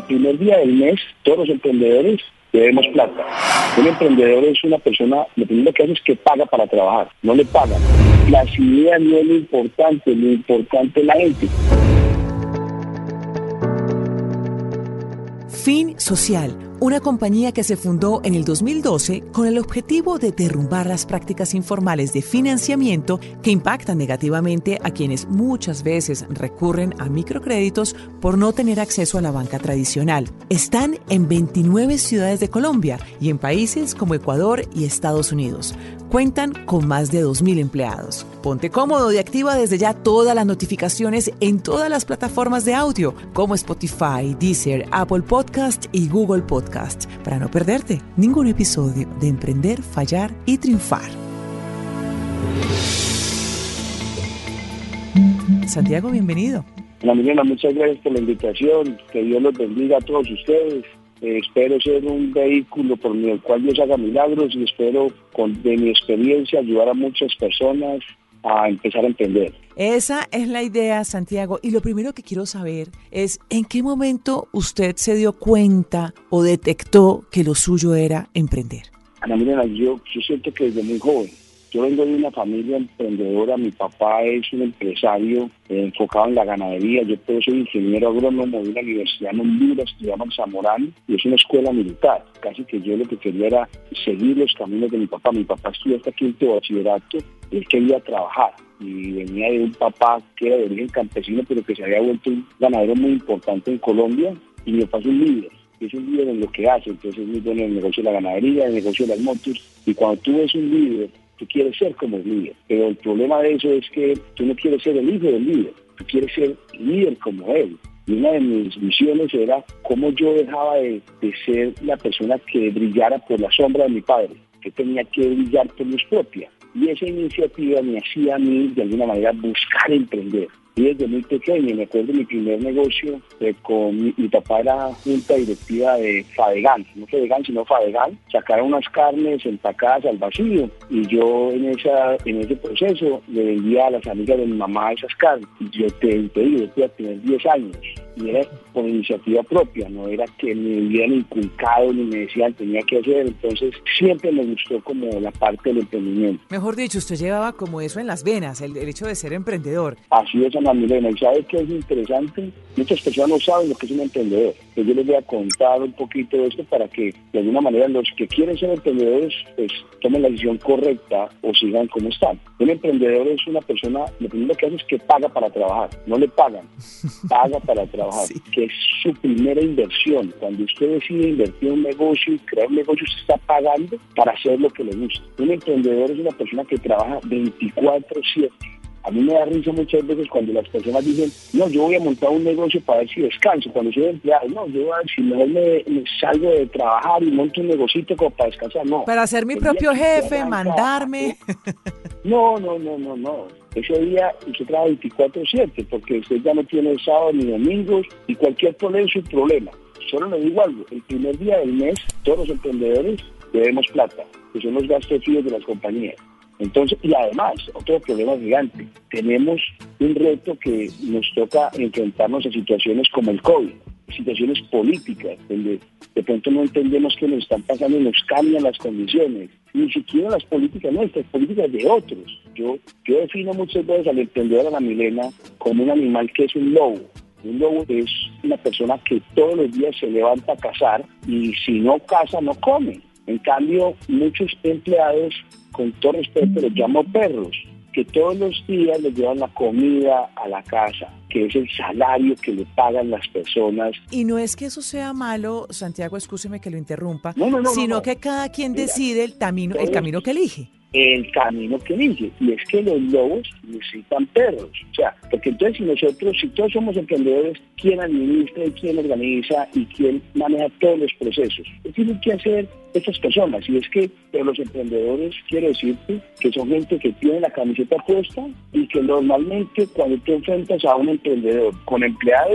primer día del mes, todos los emprendedores debemos plata. Un emprendedor es una persona, lo primero que hace es que paga para trabajar, no le pagan. Las ideas no es lo importante es la gente. Fin Social, una compañía que se fundó en el 2012 con el objetivo de derrumbar las prácticas informales de financiamiento que impactan negativamente a quienes muchas veces recurren a microcréditos por no tener acceso a la banca tradicional. Están en 29 ciudades de Colombia y en países como Ecuador y Estados Unidos. Cuentan con más de 2.000 empleados. Ponte cómodo y activa desde ya todas las notificaciones en todas las plataformas de audio como Spotify, Deezer, Apple Podcast y Google Podcast para no perderte ningún episodio de Emprender, Fallar y Triunfar. Santiago, bienvenido. Ana Milena, muchas gracias por la invitación. Que Dios los bendiga a todos ustedes. Espero ser un vehículo por el cual Dios haga milagros y espero de mi experiencia ayudar a muchas personas a empezar a emprender. Esa es la idea, Santiago. Y lo primero que quiero saber es ¿en qué momento usted se dio cuenta o detectó que lo suyo era emprender? Ana Milena, yo siento que desde muy joven. Yo vengo de una familia emprendedora, mi papá es un empresario enfocado en la ganadería, yo soy ingeniero agrónomo de una universidad en Honduras, se llama Zamorano, y es una escuela militar. Casi que yo lo que quería era seguir los caminos de mi papá. Mi papá estudió hasta quinto bachillerato, él quería trabajar y venía de un papá que era de origen campesino, pero que se había vuelto un ganadero muy importante en Colombia, y mi papá es un líder. Es un líder en lo que hace, entonces es muy bueno en el negocio de la ganadería, en el negocio de las motos, y cuando tú ves un líder, tú quieres ser como el líder, pero el problema de eso es que tú no quieres ser el hijo del líder, tú quieres ser líder como él. Y una de mis misiones era cómo yo dejaba de ser la persona que brillara por la sombra de mi padre, que tenía que brillar por luz propia. Y esa iniciativa me hacía a mí, de alguna manera, buscar emprender. Y desde muy pequeño, me acuerdo de mi primer negocio, con mi papá era junta directiva de Fadegan, no Fedegan, sino Fadegan, sacaron unas carnes empacadas al vacío, y yo en ese proceso le vendía a las amigas de mi mamá esas carnes, y yo te digo, yo tener 10 años, y era por iniciativa propia, no era que me hubieran inculcado ni me decían tenía que hacer, entonces siempre me gustó como la parte del emprendimiento. Mejor dicho, usted llevaba como eso en las venas, el hecho de ser emprendedor. Así es, Ana Milena, y ¿sabes qué es interesante? Muchas personas no saben lo que es un emprendedor. Yo les voy a contar un poquito de esto para que de alguna manera los que quieren ser emprendedores pues tomen la decisión correcta o sigan como están. Un emprendedor es una persona, lo primero que hace es que paga para trabajar, no le pagan, paga para trabajar, sí. Que es su primera inversión. Cuando usted decide invertir en un negocio y crear un negocio, usted está pagando para hacer lo que le gusta. Un emprendedor es una persona que trabaja 24/7. A mí me da risa muchas veces cuando las personas dicen, no, yo voy a montar un negocio para ver si descanso. Cuando soy empleado, no, yo si mejor me salgo de trabajar y monto un negocito como para descansar, no. Para ser mi propio jefe, mandarme. No. Ese día usted trabaja 24/7 porque usted ya no tiene sábado ni domingos y cualquier problema es su problema. Solo le digo algo, el primer día del mes todos los emprendedores debemos plata, que son los gastos fijos de las compañías. Entonces, y además, otro problema gigante, tenemos un reto que nos toca enfrentarnos a situaciones como el COVID, situaciones políticas, donde de pronto no entendemos qué nos están pasando y nos cambian las condiciones, ni siquiera las políticas nuestras, políticas de otros. Yo defino muchas veces al emprendedor, a la Milena, como un animal que es un lobo. Un lobo es una persona que todos los días se levanta a cazar y si no caza, no come. En cambio, muchos empleados, con todo respeto, los llamo perros, que todos los días les llevan la comida a la casa, que es el salario que le pagan las personas. Y no es que eso sea malo, Santiago, excúseme que lo interrumpa, sino que cada quien decide el camino que elige. El camino que elige, y es que los lobos necesitan perros, o sea, porque entonces si todos somos emprendedores, ¿quién administra y quién organiza y quién maneja todos los procesos? ¿Qué tienen que hacer estas personas? Y es que los emprendedores, quiero decirte, que son gente que tiene la camiseta puesta y que normalmente cuando tú enfrentas a un emprendedor con empleados,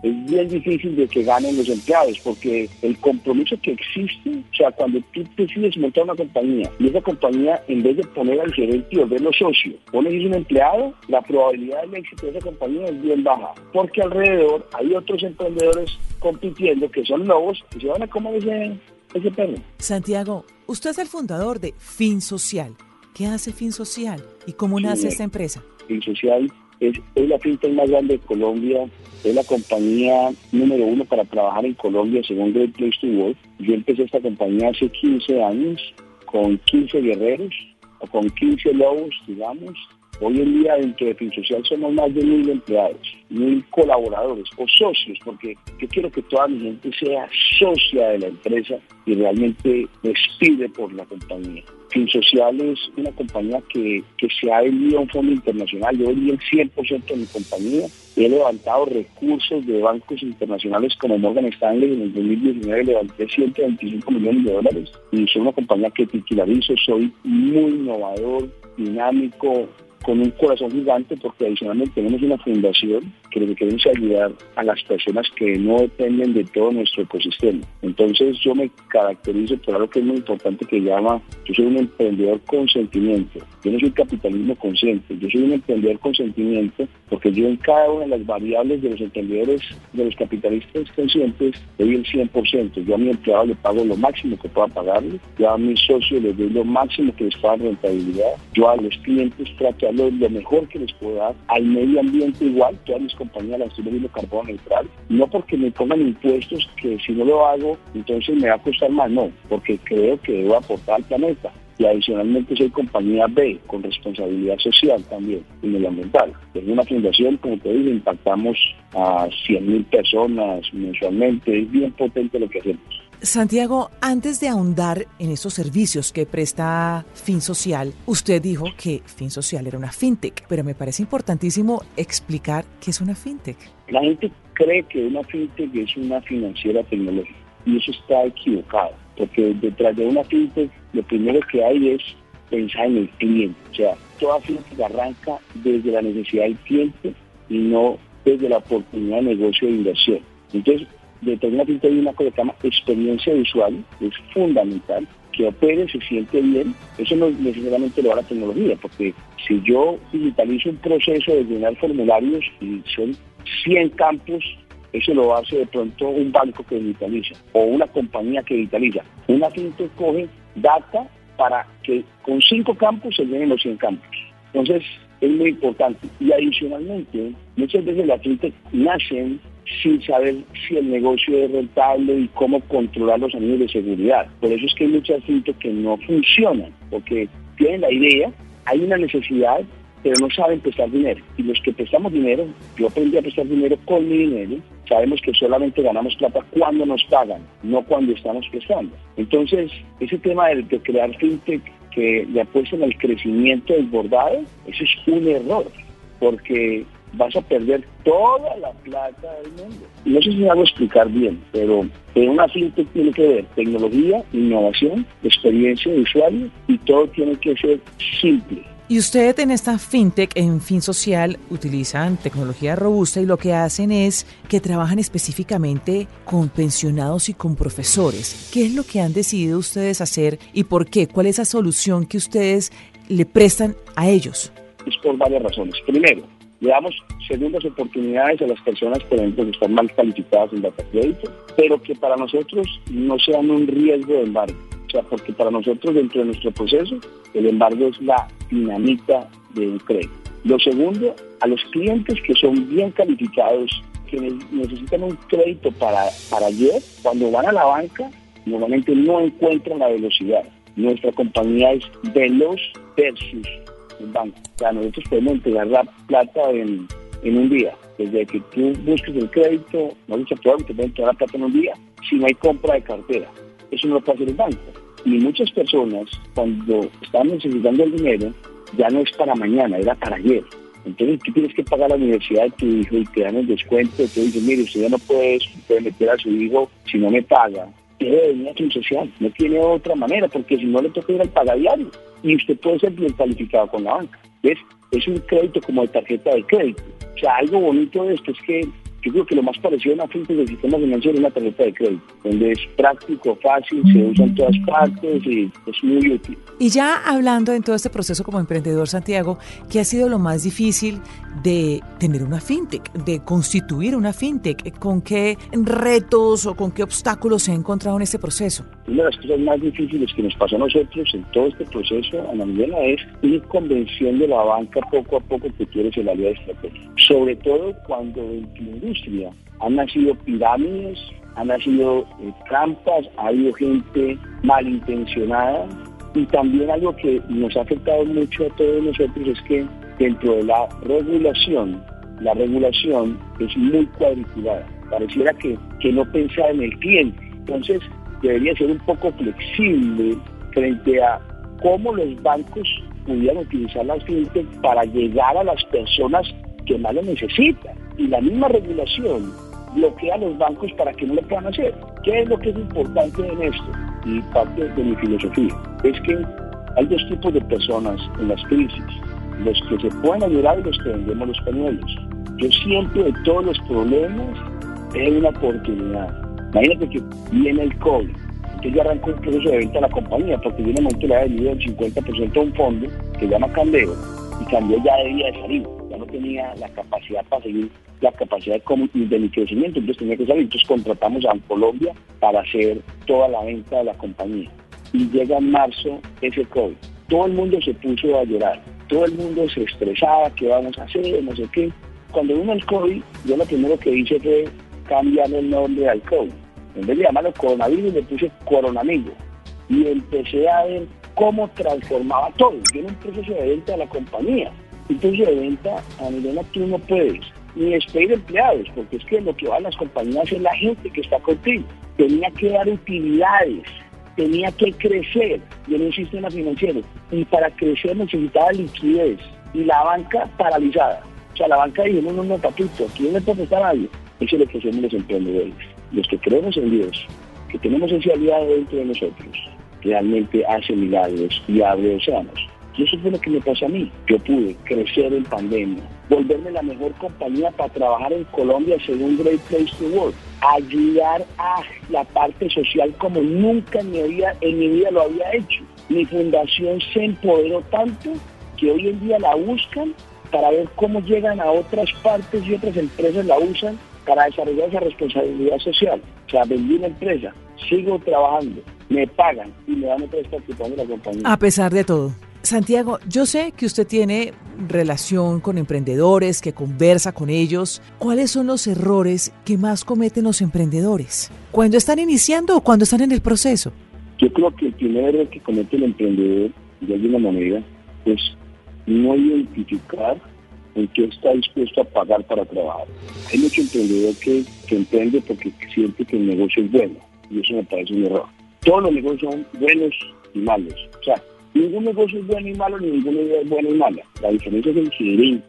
es bien difícil de que ganen los empleados, porque el compromiso que existe, o sea, cuando tú decides montar una compañía y esa compañía, en vez de poner al gerente y volverlo socio, pones un empleado, la probabilidad del éxito de esa compañía es bien baja, porque alrededor hay otros emprendedores compitiendo que son lobos y se van a comer ese perro. Santiago, usted es el fundador de FinSocial. ¿Qué hace FinSocial y cómo nace esta empresa? FinSocial es la fintech más grande de Colombia, es la compañía número 1 para trabajar en Colombia según Great Place to Work. Yo empecé esta compañía hace 15 años con 15 guerreros o con 15 lobos, digamos. Hoy en día dentro de FinSocial somos más de 1.000 empleados, 1.000 colaboradores o socios, porque yo quiero que toda mi gente sea socia de la empresa y realmente respire por la compañía. FinSocial es una compañía que se ha vendido a un fondo internacional. Yo vendí el 100% de mi compañía. He levantado recursos de bancos internacionales como Morgan Stanley. En el 2019 levanté $125 millones y soy una compañía que titularizo. Soy muy innovador, dinámico, con un corazón gigante, porque adicionalmente tenemos una fundación que lo que queremos es ayudar a las personas que no dependen de todo nuestro ecosistema. Entonces yo me caracterizo por algo que es muy importante, que llama, yo soy un emprendedor con sentimiento. Yo no soy capitalismo consciente, yo soy un emprendedor con sentimiento, porque yo en cada una de las variables de los emprendedores, de los capitalistas conscientes, doy el 100%. Yo a mi empleado le pago lo máximo que pueda pagarle, yo a mis socios les doy lo máximo que les pueda dar rentabilidad, yo a los clientes trato de lo mejor que les puedo dar, al medio ambiente igual, todas mis compañías las estoy vendiendo carbono neutral, no porque me pongan impuestos que si no lo hago entonces me va a costar más, no, porque creo que debo aportar al planeta. Y adicionalmente soy compañía B, con responsabilidad social también y medioambiental. Es una fundación, como te dije, impactamos a 100.000 personas mensualmente, es bien potente lo que hacemos. Santiago, antes de ahondar en esos servicios que presta FinSocial, usted dijo que FinSocial era una fintech, pero me parece importantísimo explicar qué es una fintech. La gente cree que una fintech es una financiera tecnológica y eso está equivocado, porque detrás de una fintech lo primero que hay es pensar en el cliente. O sea, toda fintech arranca desde la necesidad del cliente y no desde la oportunidad de negocio de inversión. Entonces, detrás de una fintech hay una cosa que se llama experiencia de usuario, es fundamental, que opere, se siente bien. Eso no necesariamente lo da la tecnología, porque si yo digitalizo un proceso de llenar formularios y son 100 campos, eso lo hace de pronto un banco que digitaliza o una compañía que digitaliza. Una fintech coge data para que con 5 campos se llenen los 100 campos. Entonces, es muy importante. Y adicionalmente, muchas veces las fintech nacen sin saber si el negocio es rentable y cómo controlar los anillos de seguridad. Por eso es que hay muchas fintech que no funcionan, porque tienen la idea, hay una necesidad, pero no saben prestar dinero. Y los que prestamos dinero, yo aprendí a prestar dinero con mi dinero, sabemos que solamente ganamos plata cuando nos pagan, no cuando estamos prestando. Entonces, ese tema de crear fintech que le apuestan al crecimiento desbordado, eso es un error, porque vas a perder toda la plata del mundo. Y no sé si me hago explicar bien, pero en una fintech tiene que ver tecnología, innovación, experiencia de usuario y todo tiene que ser simple. Y usted en esta fintech, en FinSocial, utilizan tecnología robusta y lo que hacen es que trabajan específicamente con pensionados y con profesores. ¿Qué es lo que han decidido ustedes hacer y por qué? ¿Cuál es la solución que ustedes le prestan a ellos? Es por varias razones. Primero, le damos segundas oportunidades a las personas, por ejemplo, que están mal calificadas en data crédito, pero que para nosotros no sean un riesgo de embargo. O sea, porque para nosotros, dentro de nuestro proceso, el embargo es la dinamita de un crédito. Lo segundo, a los clientes que son bien calificados, que necesitan un crédito para ayer, cuando van a la banca, normalmente no encuentran la velocidad. Nuestra compañía es veloz versus el banco. O sea, nosotros podemos entregar la plata en un día. Desde que tú busques el crédito, nosotros te pueden entregar la plata en un día, si no hay compra de cartera. Eso no lo puede hacer el banco. Y muchas personas, cuando están necesitando el dinero, ya no es para mañana, era para ayer. Entonces tú tienes que pagar la universidad de tu hijo y te dan el descuento. Te dicen, mire, usted ya no puede meter a su hijo si no me paga. Debe venir a FinSocial, no tiene otra manera, porque si no le toca ir al pagadiario. Y usted puede ser bien calificado con la banca. ¿Ves? Es un crédito como de tarjeta de crédito. O sea, algo bonito de esto es que Yo creo que lo más parecido a una fintech del sistema financiero es una tarjeta de crédito, donde es práctico, fácil, se usa en todas partes y es muy útil. Y ya hablando en todo este proceso como emprendedor, Santiago, ¿qué ha sido lo más difícil de tener una fintech, de constituir una fintech? ¿Con qué retos o con qué obstáculos se ha encontrado en este proceso? Una de las cosas más difíciles que nos pasó a nosotros en todo este proceso, Ana Milena, es ir convenciendo a la banca poco a poco que tú eres el aliado estratégico. Sobre todo cuando en tu industria han nacido pirámides, han nacido trampas, ha habido gente malintencionada. Y también algo que nos ha afectado mucho a todos nosotros es que dentro de la regulación es muy cuadriculada. Pareciera que no pensaba en el cliente. Entonces, debería ser un poco flexible frente a cómo los bancos pudieran utilizar las fintech para llegar a las personas que más lo necesitan. Y la misma regulación bloquea a los bancos para que no lo puedan hacer. ¿Qué es lo que es importante en esto? Y parte de mi filosofía es que hay dos tipos de personas en las crisis: los que se pueden ayudar y los que vendemos los pañuelos. Yo siempre, de todos los problemas, veo una oportunidad. Imagínate que viene el COVID, entonces yo arranco un proceso de venta a la compañía, porque yo en el momento le había vendido el 50% a un fondo que se llama Candeo, y Candeo ya debía de salir, ya no tenía la capacidad para seguir la capacidad de mi crecimiento, entonces tenía que salir. Entonces contratamos a Colombia para hacer toda la venta de la compañía. Y llega en marzo ese COVID. Todo el mundo se puso a llorar, todo el mundo se estresaba, ¿qué vamos a hacer? No sé qué. Cuando vino el COVID, yo lo primero que hice fue cambiar el nombre al COVID. En vez de llamarlo coronavirus, le puse coronamigo. Y empecé a ver cómo transformaba todo. Yo en un proceso de venta de la compañía. Un proceso de venta, a nivel tú no puedes ni despedir empleados, porque es que lo que va a las compañías es la gente que está contigo. Tenía que dar utilidades, tenía que crecer en un sistema financiero, y para crecer necesitaba liquidez, y la banca paralizada. O sea, la banca dijo, no, papito, aquí no le puede prestar a nadie. Eso es lo que hacemos los emprendedores, los que creemos en Dios, que tenemos ese aliado dentro de nosotros, realmente hace milagros y abre océanos. Y eso fue lo que me pasó a mí. Yo pude crecer en pandemia, volverme la mejor compañía para trabajar en Colombia según Great Place to Work, ayudar a la parte social como nunca en mi vida lo había hecho. Mi fundación se empoderó tanto que hoy en día la buscan para ver cómo llegan a otras partes y otras empresas la usan para desarrollar esa responsabilidad social. O sea, vendí una empresa, sigo trabajando, me pagan y me dan otra vez participando en la compañía. A pesar de todo. Santiago, yo sé que usted tiene relación con emprendedores, que conversa con ellos. ¿Cuáles son los errores que más cometen los emprendedores? ¿Cuándo están iniciando o cuando están en el proceso? Yo creo que el primer error que comete el emprendedor, de alguna manera, es no identificar en qué está dispuesto a pagar para trabajar. Hay mucho emprendedor que emprende porque siente que el negocio es bueno, y eso me parece un error. Todos los negocios son buenos y malos. O sea, ningún negocio es bueno y malo, ni ninguna idea es buena y mala. La diferencia es el gerente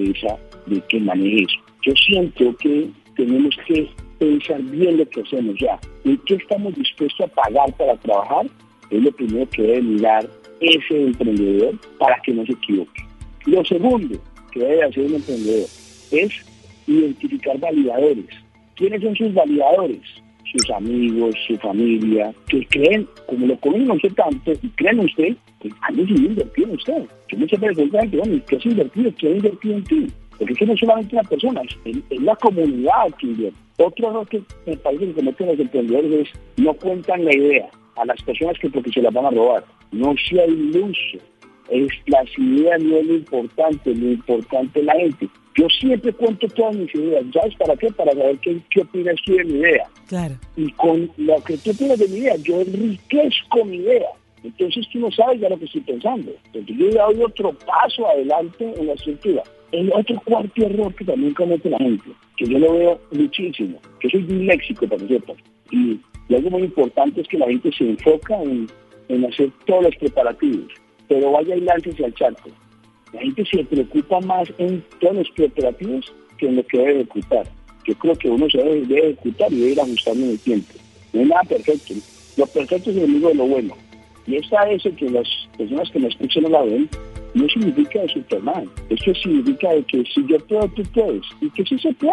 de que maneje eso. Yo siento que tenemos que pensar bien lo que hacemos ya. ¿En qué estamos dispuestos a pagar para trabajar? Es lo primero que debe mirar ese emprendedor para que no se equivoque. Lo segundo que debe hacer un emprendedor es identificar validadores. ¿Quiénes son sus validadores? Sus amigos, su familia, que creen, como lo conocen usted tanto, y creen en usted, pues alguien se invertir en usted. Yo muchas veces pregunto, bueno, ¿qué has invertido? ¿Quién ha invertido en ti? Porque es que no es solamente una persona, es la comunidad que invierte. Otro error que me parece que cometen los emprendedores es no cuentan la idea a las personas que porque se las van a robar. No sea iluso. Las ideas no es lo importante es la gente. Yo siempre cuento todas mis ideas. ¿Sabes para qué? Para saber qué opinas tú de mi idea. Claro. Y con lo que tú opinas de mi idea, yo enriquezco mi idea. Entonces tú no sabes ya lo que estoy pensando. Entonces yo doy otro paso adelante en la estructura. El otro cuarto error que también comete la gente, que yo lo veo muchísimo, que soy disléxico, para que sepas. Y algo muy importante es que la gente se enfoca en hacer todos los preparativos, pero vaya y láncese al charco. La gente se preocupa más en todos los preparativos que en lo que debe ejecutar. Yo creo que uno se debe ejecutar y debe ir ajustando en el tiempo. No hay nada perfecto. Lo perfecto es el enemigo de lo bueno. Y esta es que las personas que me escuchan no la ven, no significa de Superman. Esto significa de que si yo puedo, tú puedes. Y que sí se puede.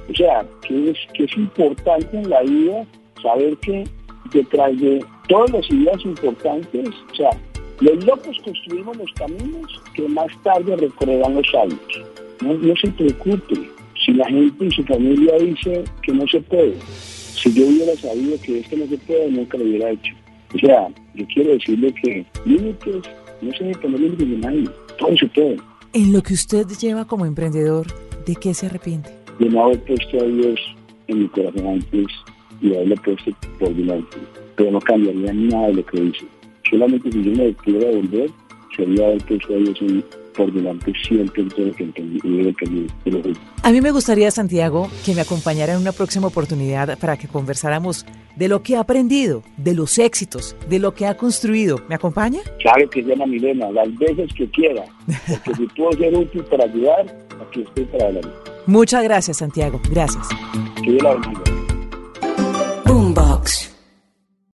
O sea, que es importante en la vida saber que detrás de todas las ideas importantes, o sea, los locos construimos los caminos que más tarde recorrerán los sabios. No se preocupe si la gente y su familia dice que no se puede. Si yo hubiera sabido que esto no se puede, nunca lo hubiera hecho. O sea, yo quiero decirle que límites, no se debe poner límites de nadie, todo se puede. En lo que usted lleva como emprendedor, ¿de qué se arrepiente? De no haber puesto a Dios en mi corazón antes y de haberle puesto por delante. Pero no cambiaría nada de lo que hice. Solamente si yo me pudiera volver, sería haber puesto a Dios por delante siempre en todo lo que entendí y de lo que A mí me gustaría, Santiago, que me acompañara en una próxima oportunidad para que conversáramos de lo que ha aprendido, de los éxitos, de lo que ha construido. ¿Me acompaña? Claro que llama Milena, las veces que quiera, porque si puedo ser útil para ayudar, aquí estoy para adelante. Muchas gracias, Santiago. Gracias. Que Dios la bendiga. Boombox.